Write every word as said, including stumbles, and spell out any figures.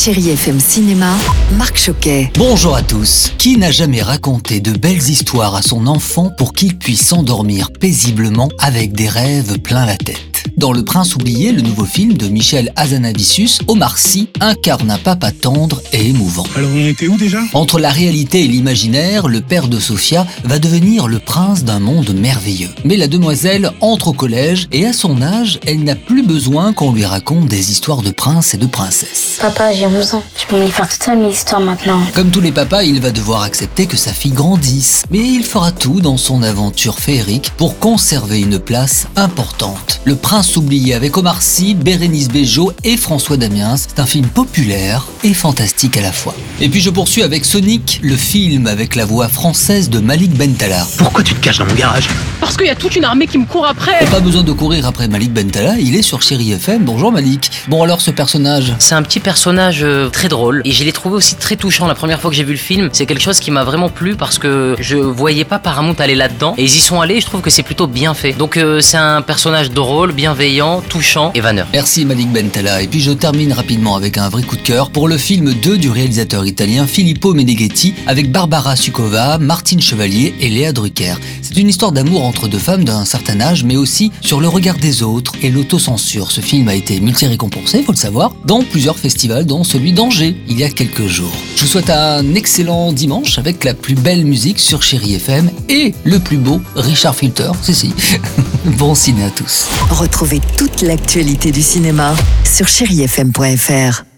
Chérie F M Cinéma, Marc Choquet. Bonjour à tous. Qui n'a jamais raconté de belles histoires à son enfant pour qu'il puisse s'endormir paisiblement avec des rêves plein la tête? Dans Le Prince oublié, le nouveau film de Michel Hazanavicius, Omar Sy incarne un papa tendre et émouvant. Alors on était où déjà ? Entre la réalité et l'imaginaire, le père de Sophia va devenir le prince d'un monde merveilleux. Mais la demoiselle entre au collège et à son âge, elle n'a plus besoin qu'on lui raconte des histoires de princes et de princesses. Papa, j'ai onze ans. Je peux me faire toute seule mes histoires maintenant. Comme tous les papas, il va devoir accepter que sa fille grandisse. Mais il fera tout dans son aventure féerique pour conserver une place importante. Le Prince oublié avec Omar Sy, Bérénice Bejo et François Damiens. C'est un film populaire et fantastique à la fois. Et puis je poursuis avec Sonic, le film avec la voix française de Malik Bentala. Pourquoi tu te caches dans mon garage ? Parce qu'il y a toute une armée qui me court après. Pas besoin de courir après Malik Bentala, il est sur Chérie F M. Bonjour Malik. Bon alors ce personnage ? C'est un petit personnage euh, très drôle et je l'ai trouvé aussi très touchant la première fois que j'ai vu le film. C'est quelque chose qui m'a vraiment plu parce que je voyais pas Paramount aller là-dedans et ils y sont allés et je trouve que c'est plutôt bien fait. Donc euh, c'est un personnage drôle, bienveillant, touchant et vanneur. Merci Malik Bentala. Et puis je termine rapidement avec un vrai coup de cœur pour le film deux du réalisateur italien Filippo Meneghetti avec Barbara Suková, Martine Chevalier et Léa Drucker. C'est une histoire d'amour entre deux femmes d'un certain âge mais aussi sur le regard des autres et l'autocensure. Ce film a été multi-récompensé, faut le savoir, dans plusieurs festivals dont celui d'Angers il y a quelques jours. Je vous souhaite un excellent dimanche avec la plus belle musique sur Chérie F M et le plus beau Richard Filter, c'est si. Bon ciné à tous. Retrouvez toute l'actualité du cinéma sur chéri f m point f r.